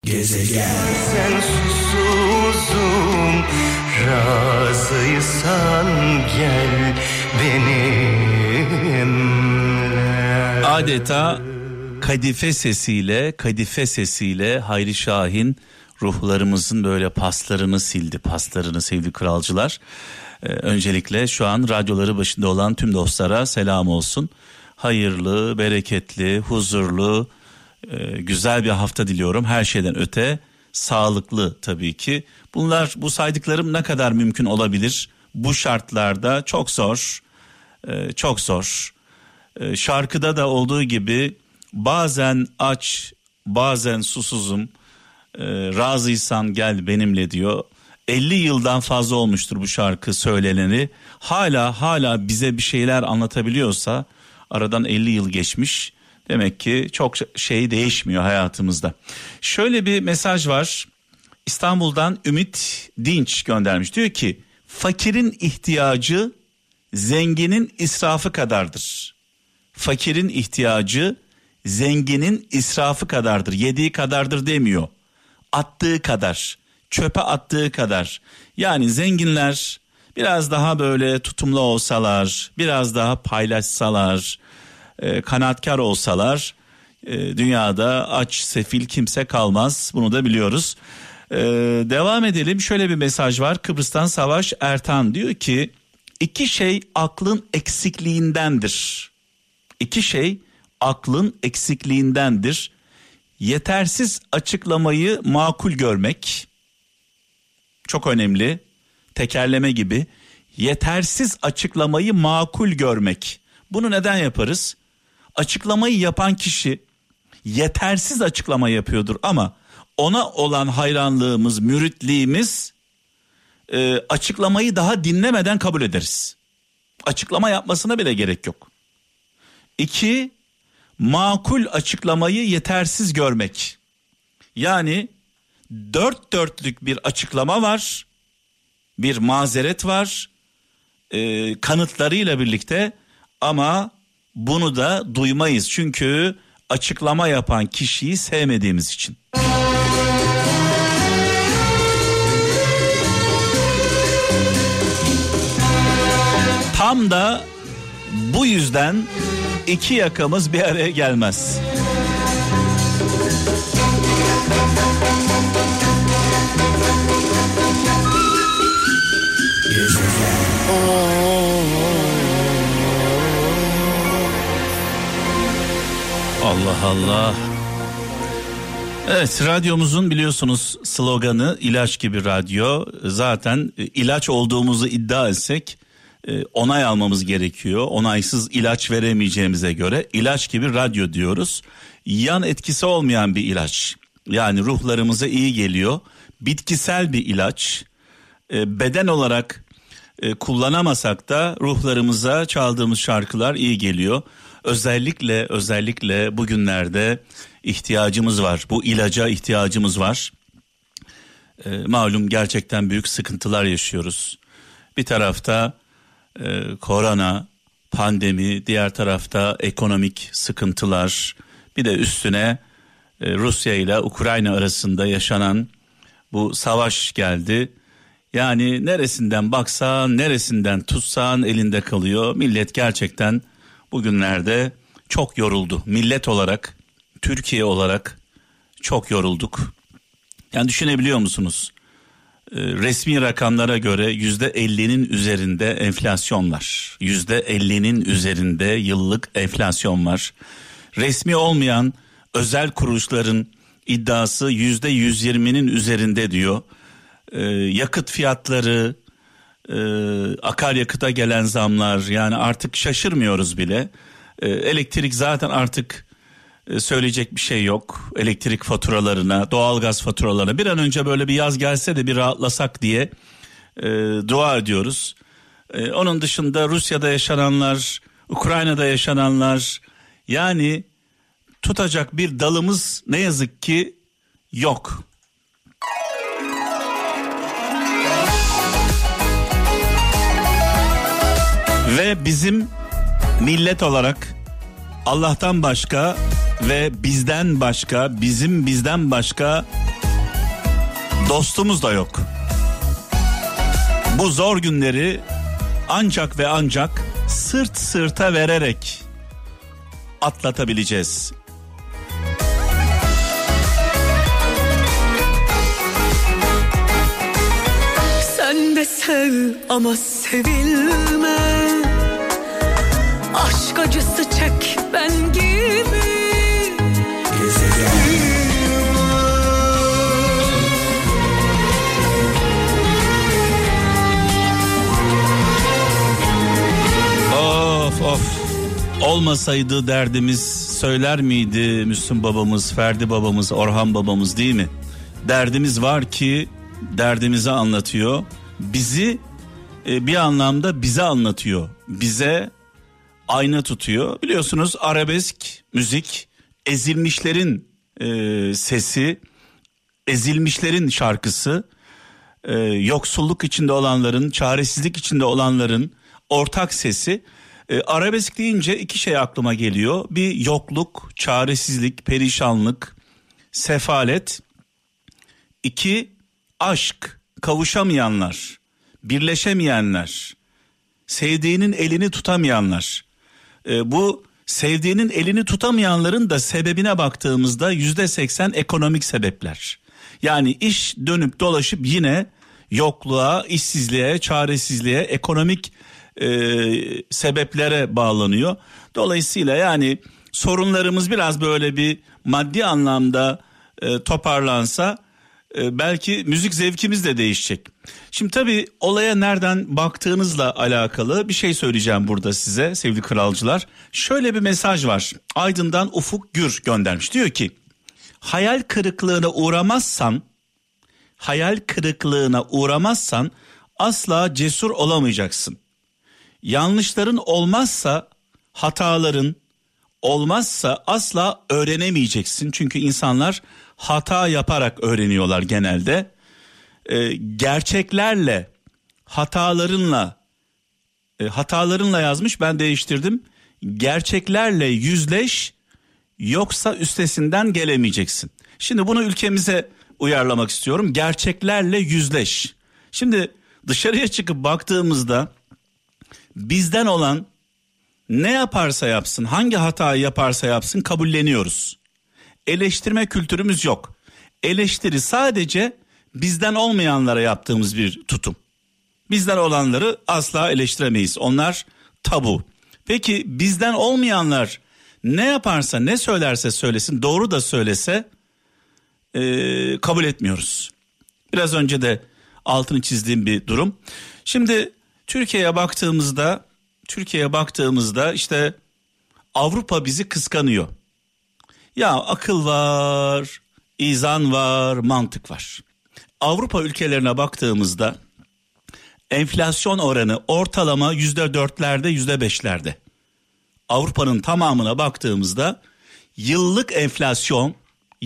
Gezegen. Sen susuzum, razıysan gel benimle. Adeta kadife sesiyle Hayri Şahin ruhlarımızın böyle paslarını sildi sevgili kralcılar. Öncelikle şu an radyoları başında olan tüm dostlara selam olsun. Hayırlı, bereketli, huzurlu, güzel bir hafta diliyorum. Her şeyden öte sağlıklı tabii ki. Bu saydıklarım ne kadar mümkün olabilir? Bu şartlarda çok zor. Çok zor. Şarkıda da olduğu gibi bazen aç, bazen susuzum. Razıysan gel benimle diyor. 50 yıldan fazla olmuştur bu şarkı söyleneni. Hala bize bir şeyler anlatabiliyorsa aradan 50 yıl geçmiş. Demek ki çok şey değişmiyor hayatımızda. Şöyle bir mesaj var. İstanbul'dan Ümit Dinç göndermiş. Diyor ki fakirin ihtiyacı zenginin israfı kadardır. Fakirin ihtiyacı zenginin israfı kadardır. Yediği kadardır demiyor. Attığı kadar, çöpe attığı kadar. Yani zenginler biraz daha böyle tutumlu olsalar, biraz daha paylaşsalar, kanaatkar olsalar dünyada aç, sefil kimse kalmaz. Bunu da biliyoruz. Devam edelim. Şöyle bir mesaj var. Kıbrıs'tan Savaş Ertan diyor ki 2 şey aklın eksikliğindendir. 2 şey aklın eksikliğindendir. Yetersiz açıklamayı makul görmek. Çok önemli. Tekerleme gibi. Yetersiz açıklamayı makul görmek. Bunu neden yaparız? Açıklamayı yapan kişi yetersiz açıklama yapıyordur ama ona olan hayranlığımız, müritliğimiz açıklamayı daha dinlemeden kabul ederiz. Açıklama yapmasına bile gerek yok. 2, makul açıklamayı yetersiz görmek. Yani 4 dörtlük bir açıklama var, bir mazeret var, kanıtlarıyla birlikte ama bunu da duymayız. Çünkü açıklama yapan kişiyi sevmediğimiz için. Tam da bu yüzden 2 yakamız bir araya gelmez. Allah Allah. Evet, radyomuzun biliyorsunuz sloganı ilaç gibi radyo. Zaten ilaç olduğumuzu iddia etsek onay almamız gerekiyor. Onaysız ilaç veremeyeceğimize göre ilaç gibi radyo diyoruz. Yan etkisi olmayan bir ilaç. Yani ruhlarımıza iyi geliyor. Bitkisel bir ilaç. Beden olarak kullanamasak da ruhlarımıza çaldığımız şarkılar iyi geliyor. Özellikle bugünlerde ihtiyacımız var. Bu ilaca ihtiyacımız var. Malum gerçekten büyük sıkıntılar yaşıyoruz. Bir tarafta korona, pandemi, diğer tarafta ekonomik sıkıntılar. Bir de üstüne Rusya ile Ukrayna arasında yaşanan bu savaş geldi. Yani neresinden baksan, neresinden tutsan elinde kalıyor. Millet gerçekten bugünlerde çok yoruldu. Millet olarak, Türkiye olarak çok yorulduk. Yani düşünebiliyor musunuz? Resmi rakamlara göre %50'nin üzerinde enflasyon var. %50'nin üzerinde yıllık enflasyon var. Resmi olmayan özel kuruluşların iddiası %120'nin üzerinde diyor. Yakıt fiyatları, akaryakıta gelen zamlar, yani artık şaşırmıyoruz bile. Elektrik zaten artık söyleyecek bir şey yok. Elektrik faturalarına, doğalgaz faturalarına bir an önce böyle bir yaz gelse de bir rahatlasak diye dua ediyoruz. Onun dışında Rusya'da yaşananlar, Ukrayna'da yaşananlar, yani tutacak bir dalımız ne yazık ki yok. Ve bizim millet olarak Allah'tan başka ve bizden başka, bizden başka dostumuz da yok. Bu zor günleri ancak ve ancak sırt sırta vererek atlatabileceğiz. Sen de sev ama sevilme, aşk acısı çek ben gibi. Of. Olmasaydı derdimiz söyler miydi Müslüm babamız, Ferdi babamız, Orhan babamız, değil mi? Derdimiz var ki derdimizi anlatıyor. Bizi bir anlamda bize anlatıyor. Bize ayna tutuyor. Biliyorsunuz arabesk müzik ezilmişlerin sesi, ezilmişlerin şarkısı. Yoksulluk içinde olanların, çaresizlik içinde olanların ortak sesi. Arabesk deyince iki şey aklıma geliyor. Bir yokluk, çaresizlik, perişanlık, sefalet. İki aşk, kavuşamayanlar, birleşemeyenler, sevdiğinin elini tutamayanlar. Bu sevdiğinin elini tutamayanların da sebebine baktığımızda %80 ekonomik sebepler. Yani iş dönüp dolaşıp yine yokluğa, işsizliğe, çaresizliğe, ekonomik sebeplere bağlanıyor. Dolayısıyla yani sorunlarımız biraz böyle bir maddi anlamda toparlansa belki müzik zevkimiz de değişecek. Şimdi tabii olaya nereden baktığınızla alakalı bir şey söyleyeceğim burada size sevgili kralcılar. Şöyle bir mesaj var. Aydın'dan Ufuk Gür göndermiş. Diyor ki hayal kırıklığına uğramazsan asla cesur olamayacaksın. Yanlışların olmazsa, hataların olmazsa asla öğrenemeyeceksin. Çünkü insanlar hata yaparak öğreniyorlar genelde. Gerçeklerle, hatalarınla yazmış, ben değiştirdim. Gerçeklerle yüzleş, yoksa üstesinden gelemeyeceksin. Şimdi bunu ülkemize uyarlamak istiyorum. Gerçeklerle yüzleş. Şimdi dışarıya çıkıp baktığımızda bizden olan ne yaparsa yapsın, hangi hatayı yaparsa yapsın kabulleniyoruz. Eleştirme kültürümüz yok. Eleştiri sadece bizden olmayanlara yaptığımız bir tutum. Bizden olanları asla eleştiremeyiz. Onlar tabu. Peki bizden olmayanlar ne yaparsa, ne söylerse söylesin, doğru da söylese kabul etmiyoruz. Biraz önce de altını çizdiğim bir durum. Şimdi Türkiye'ye baktığımızda işte Avrupa bizi kıskanıyor. Ya akıl var, izan var, mantık var. Avrupa ülkelerine baktığımızda enflasyon oranı ortalama %4'lerde, %5'lerde. Avrupa'nın tamamına baktığımızda yıllık enflasyon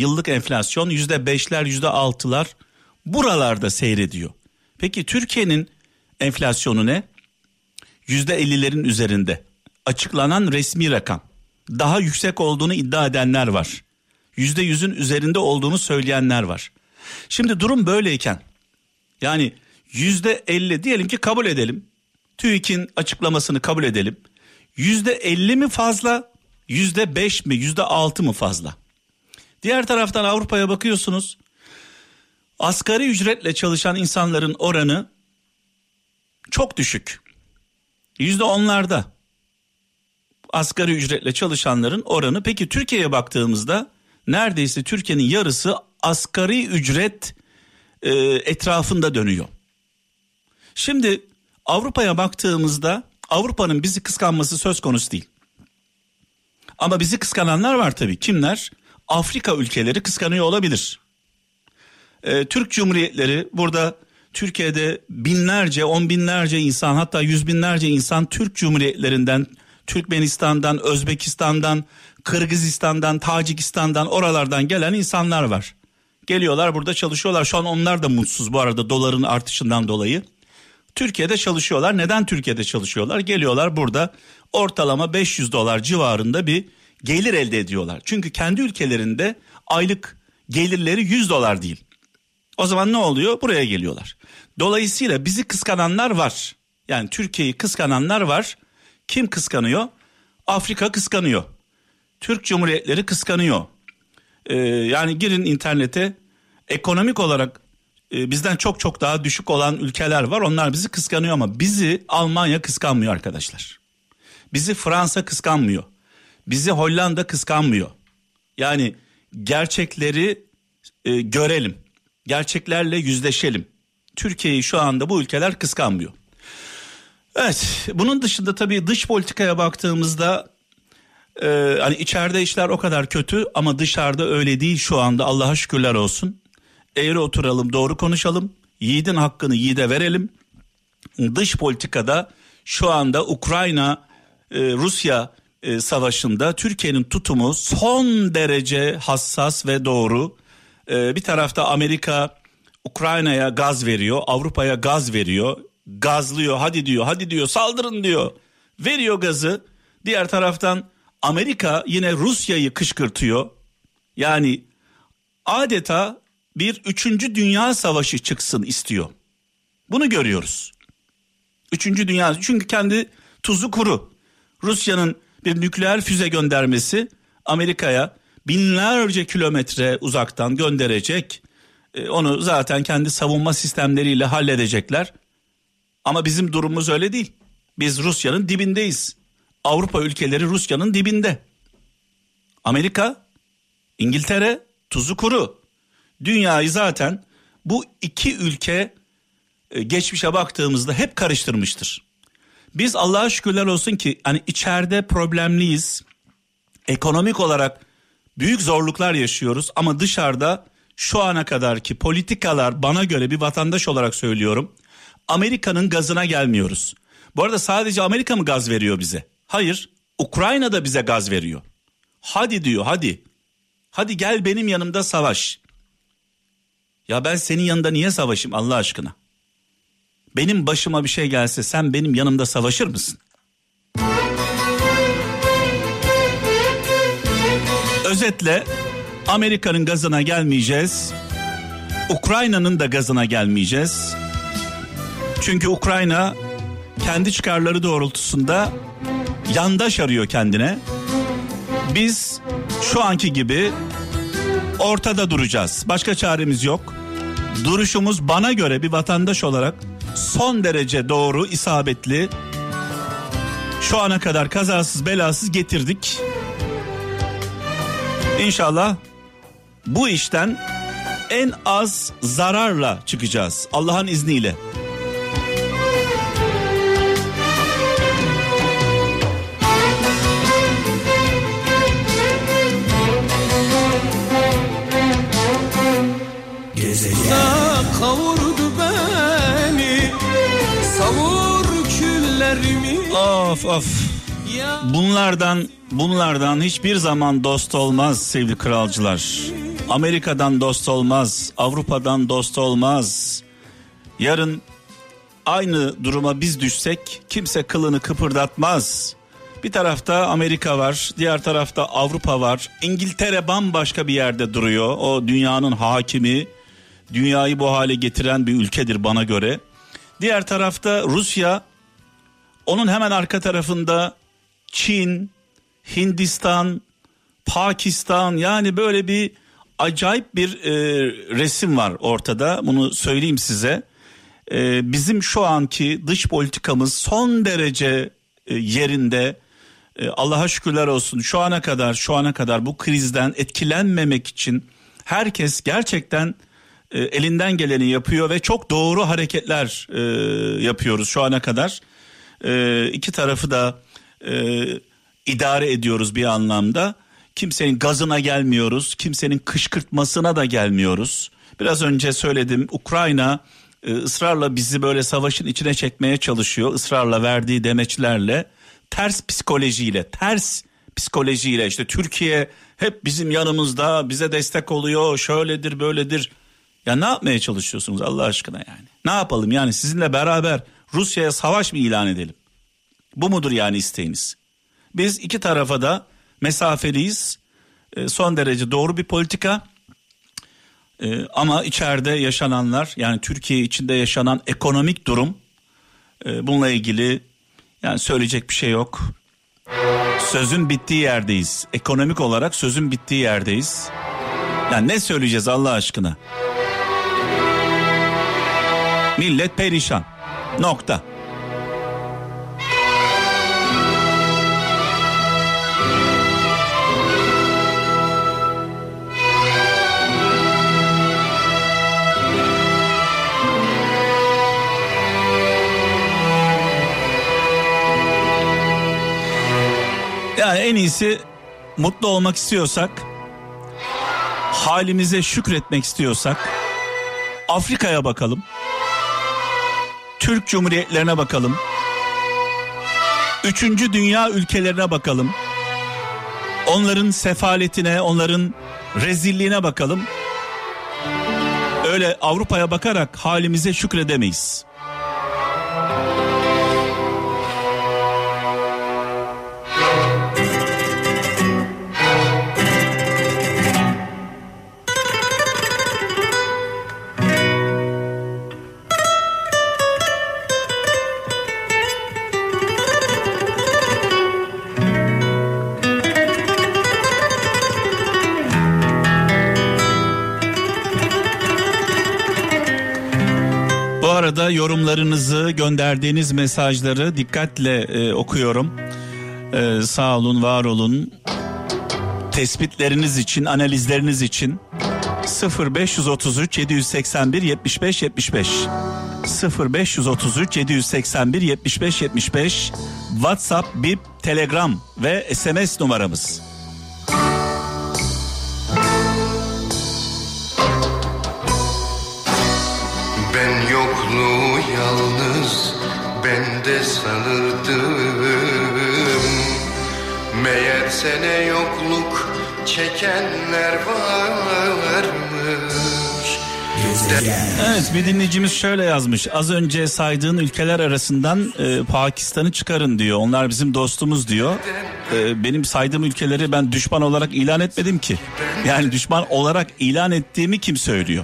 %5'ler, %6'lar buralarda seyrediyor. Peki Türkiye'nin enflasyonu ne? %50'lerin üzerinde. Açıklanan resmi rakam. Daha yüksek olduğunu iddia edenler var. %100'ün üzerinde olduğunu söyleyenler var. Şimdi durum böyleyken, yani %50 diyelim ki kabul edelim. TÜİK'in açıklamasını kabul edelim. %50 mi fazla, %5 mi, %6 mı fazla? Diğer taraftan Avrupa'ya bakıyorsunuz. Asgari ücretle çalışan insanların oranı çok düşük. %10'larda asgari ücretle çalışanların oranı. Peki Türkiye'ye baktığımızda neredeyse Türkiye'nin yarısı asgari ücret etrafında dönüyor. Şimdi Avrupa'ya baktığımızda Avrupa'nın bizi kıskanması söz konusu değil. Ama bizi kıskananlar var tabii. Kimler? Afrika ülkeleri kıskanıyor olabilir. Türk Cumhuriyetleri, burada Türkiye'de binlerce, on binlerce insan, hatta yüz binlerce insan Türk Cumhuriyetlerinden, Türkmenistan'dan, Özbekistan'dan, Kırgızistan'dan, Tacikistan'dan, oralardan gelen insanlar var. Geliyorlar, burada çalışıyorlar. Şu an onlar da mutsuz bu arada doların artışından dolayı. Türkiye'de çalışıyorlar. Neden Türkiye'de çalışıyorlar? Geliyorlar, burada ortalama $500 civarında bir gelir elde ediyorlar. Çünkü kendi ülkelerinde aylık gelirleri $100 değil. O zaman ne oluyor? Buraya geliyorlar. Dolayısıyla bizi kıskananlar var. Yani Türkiye'yi kıskananlar var. Kim kıskanıyor? Afrika kıskanıyor. Türk Cumhuriyetleri kıskanıyor. Yani girin internete, ekonomik olarak bizden çok çok daha düşük olan ülkeler var. Onlar bizi kıskanıyor ama bizi Almanya kıskanmıyor arkadaşlar. Bizi Fransa kıskanmıyor. Bizi Hollanda kıskanmıyor. Yani gerçekleri görelim. Gerçeklerle yüzleşelim. Türkiye'yi şu anda bu ülkeler kıskanmıyor. Evet, bunun dışında tabii dış politikaya baktığımızda hani içeride işler o kadar kötü ama dışarıda öyle değil şu anda, Allah'a şükürler olsun. Eğri oturalım, doğru konuşalım. Yiğidin hakkını yiğide verelim. Dış politikada şu anda Ukrayna Rusya savaşında Türkiye'nin tutumu son derece hassas ve doğru. Bir tarafta Amerika Ukrayna'ya gaz veriyor, Avrupa'ya gaz veriyor, gazlıyor, hadi diyor saldırın diyor, veriyor gazı. Diğer taraftan Amerika yine Rusya'yı kışkırtıyor. Yani adeta bir 3. Dünya Savaşı çıksın istiyor. Bunu görüyoruz. 3. Dünya, çünkü kendi tuzu kuru. Rusya'nın bir nükleer füze göndermesi Amerika'ya binlerce kilometre uzaktan gönderecek. Onu zaten kendi savunma sistemleriyle halledecekler. Ama bizim durumumuz öyle değil. Biz Rusya'nın dibindeyiz. Avrupa ülkeleri Rusya'nın dibinde. Amerika, İngiltere tuzu kuru. Dünyayı zaten bu iki ülke geçmişe baktığımızda hep karıştırmıştır. Biz Allah'a şükürler olsun ki hani içeride problemliyiz. Ekonomik olarak büyük zorluklar yaşıyoruz ama dışarıda şu ana kadarki politikalar, bana göre bir vatandaş olarak söylüyorum, Amerika'nın gazına gelmiyoruz. Bu arada sadece Amerika mı gaz veriyor bize? Hayır, Ukrayna da bize gaz veriyor. Hadi diyor, hadi gel benim yanımda savaş. Ya ben senin yanında niye savaşayım Allah aşkına? Benim başıma bir şey gelse sen benim yanımda savaşır mısın? Özetle Amerika'nın gazına gelmeyeceğiz. Ukrayna'nın da gazına gelmeyeceğiz. Çünkü Ukrayna kendi çıkarları doğrultusunda yandaş arıyor kendine. Biz şu anki gibi ortada duracağız. Başka çaremiz yok. Duruşumuz bana göre bir vatandaş olarak son derece doğru, isabetli. Şu ana kadar kazasız belasız getirdik. İnşallah bu işten en az zararla çıkacağız Allah'ın izniyle. Kavurdu beni, savur küllerimi. Of. Bunlardan hiçbir zaman dost olmaz sevgili kralcılar. Amerika'dan dost olmaz, Avrupa'dan dost olmaz. Yarın aynı duruma biz düşsek kimse kılını kıpırdatmaz. Bir tarafta Amerika var, diğer tarafta Avrupa var. İngiltere bambaşka bir yerde duruyor. O dünyanın hakimi, dünyayı bu hale getiren bir ülkedir bana göre. Diğer tarafta Rusya, onun hemen arka tarafında Çin, Hindistan, Pakistan, yani böyle bir acayip bir resim var ortada. Bunu söyleyeyim size. Bizim şu anki dış politikamız son derece yerinde. Allah'a şükürler olsun şu ana kadar bu krizden etkilenmemek için herkes gerçekten elinden geleni yapıyor ve çok doğru hareketler yapıyoruz şu ana kadar. İki tarafı da idare ediyoruz bir anlamda. Kimsenin gazına gelmiyoruz, kimsenin kışkırtmasına da gelmiyoruz. Biraz önce söyledim, Ukrayna ısrarla bizi böyle savaşın içine çekmeye çalışıyor. Israrla verdiği demeçlerle, ters psikolojiyle işte Türkiye hep bizim yanımızda, bize destek oluyor, şöyledir böyledir. Ya ne yapmaya çalışıyorsunuz Allah aşkına yani? Ne yapalım yani, sizinle beraber Rusya'ya savaş mı ilan edelim? Bu mudur yani isteğiniz? Biz iki tarafa da mesafeliyiz. Son derece doğru bir politika. Ama içeride yaşananlar, yani Türkiye içinde yaşanan ekonomik durum, bununla ilgili yani söyleyecek bir şey yok. Sözün bittiği yerdeyiz. Ekonomik olarak sözün bittiği yerdeyiz. Yani ne söyleyeceğiz Allah aşkına? Millet perişan. Nokta. Yani en iyisi, mutlu olmak istiyorsak, halimize şükretmek istiyorsak Afrika'ya bakalım. Türk Cumhuriyetlerine bakalım. 3. Dünya ülkelerine bakalım. Onların sefaletine, onların rezilliğine bakalım. Öyle Avrupa'ya bakarak halimize şükredemeyiz. Bu arada yorumlarınızı, gönderdiğiniz mesajları dikkatle okuyorum. Sağ olun, var olun. Tespitleriniz için, analizleriniz için 0533 781 75 75 0533 781 75 75 WhatsApp, Bip, Telegram ve SMS numaramız. Ben yokluğu yalnız bende sanırdım. Meğerse ne yokluk çekenler varmış. Evet, bir dinleyicimiz şöyle yazmış. Az önce saydığın ülkeler arasından Pakistan'ı çıkarın diyor. Onlar bizim dostumuz diyor. Benim saydığım ülkeleri ben düşman olarak ilan etmedim ki. Yani düşman olarak ilan ettiğimi kim söylüyor?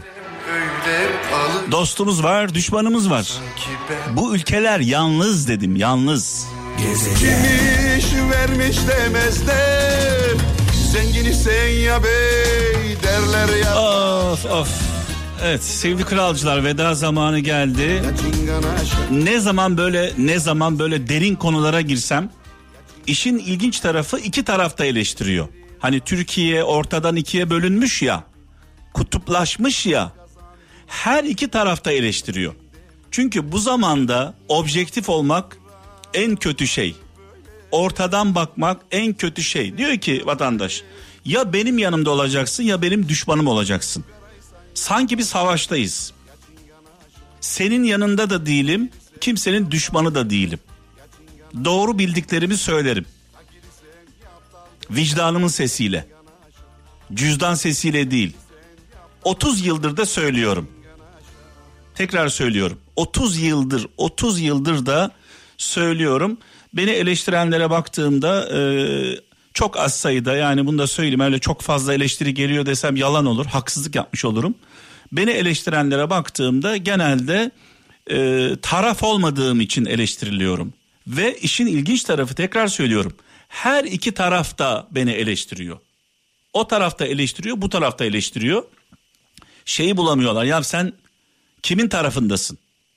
Dostumuz var, düşmanımız var. Bu ülkeler yalnız dedim, yalnız. Kimmiş vermiş demezler, zengini sen ya bey derler ya. Of of. Evet sevgili kralcılar, veda zamanı geldi. Ne zaman böyle derin konulara girsem, işin ilginç tarafı iki tarafta eleştiriyor. Hani Türkiye ortadan ikiye bölünmüş ya, kutuplaşmış ya, her iki tarafta eleştiriyor. Çünkü bu zamanda objektif olmak en kötü şey. Ortadan bakmak en kötü şey. Diyor ki vatandaş, ya benim yanımda olacaksın ya benim düşmanım olacaksın. Sanki bir savaştayız. Senin yanında da değilim, kimsenin düşmanı da değilim. Doğru bildiklerimi söylerim. Vicdanımın sesiyle. Cüzdan sesiyle değil. 30 yıldır da söylüyorum. Tekrar söylüyorum. 30 yıldır da söylüyorum. Beni eleştirenlere baktığımda çok az sayıda, yani bunu da söyleyeyim, öyle çok fazla eleştiri geliyor desem yalan olur, haksızlık yapmış olurum. Beni eleştirenlere baktığımda genelde taraf olmadığım için eleştiriliyorum. Ve işin ilginç tarafı, tekrar söylüyorum, her iki taraf da beni eleştiriyor. O tarafta eleştiriyor, bu tarafta eleştiriyor. Şeyi bulamıyorlar, ya sen kimin tarafındasın?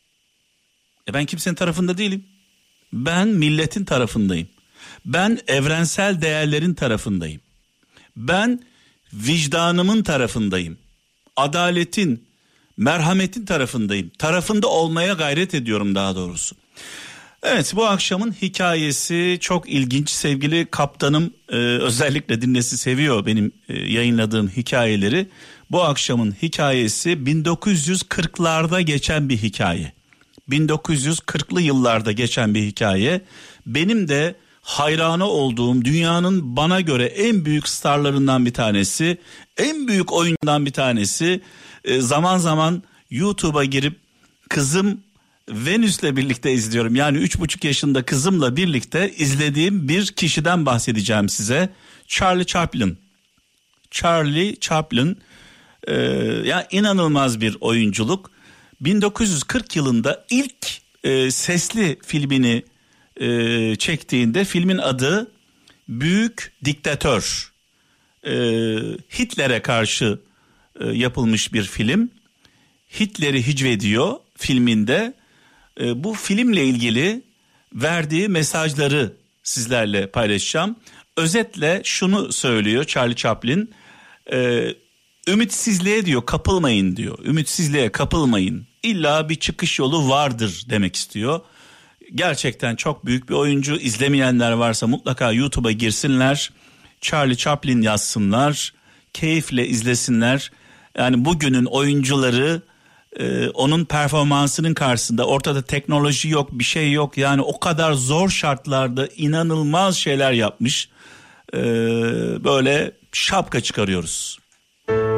Ben kimsenin tarafında değilim. Ben milletin tarafındayım. Ben evrensel değerlerin tarafındayım. Ben vicdanımın tarafındayım. Adaletin, merhametin tarafındayım. Tarafında olmaya gayret ediyorum daha doğrusu. Evet, bu akşamın hikayesi çok ilginç. Sevgili kaptanım özellikle dinlesi seviyor benim yayınladığım hikayeleri. Bu akşamın hikayesi 1940'larda geçen bir hikaye. 1940'lı yıllarda geçen bir hikaye. Benim de hayranı olduğum, dünyanın bana göre en büyük starlarından bir tanesi, en büyük oyuncudan bir tanesi. Zaman zaman YouTube'a girip kızım Venüs'le birlikte izliyorum. Yani 3,5 yaşında kızımla birlikte izlediğim bir kişiden bahsedeceğim size. Charlie Chaplin. Ya inanılmaz bir oyunculuk. 1940 yılında ilk sesli filmini çektiğinde filmin adı Büyük Diktatör. Hitler'e karşı yapılmış bir film. Hitler'i hicvediyor filminde. Bu filmle ilgili verdiği mesajları sizlerle paylaşacağım. Özetle şunu söylüyor Charlie Chaplin. Ümitsizliğe diyor kapılmayın diyor. Ümitsizliğe kapılmayın. İlla bir çıkış yolu vardır demek istiyor. Gerçekten çok büyük bir oyuncu. İzlemeyenler varsa mutlaka YouTube'a girsinler. Charlie Chaplin yazsınlar. Keyifle izlesinler. Yani bugünün oyuncuları onun performansının karşısında, ortada teknoloji yok, bir şey yok. Yani o kadar zor şartlarda inanılmaz şeyler yapmış. Böyle şapka çıkarıyoruz.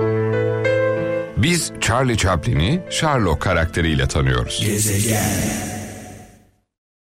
Biz Charlie Chaplin'i Sherlock karakteriyle tanıyoruz. Gezegen.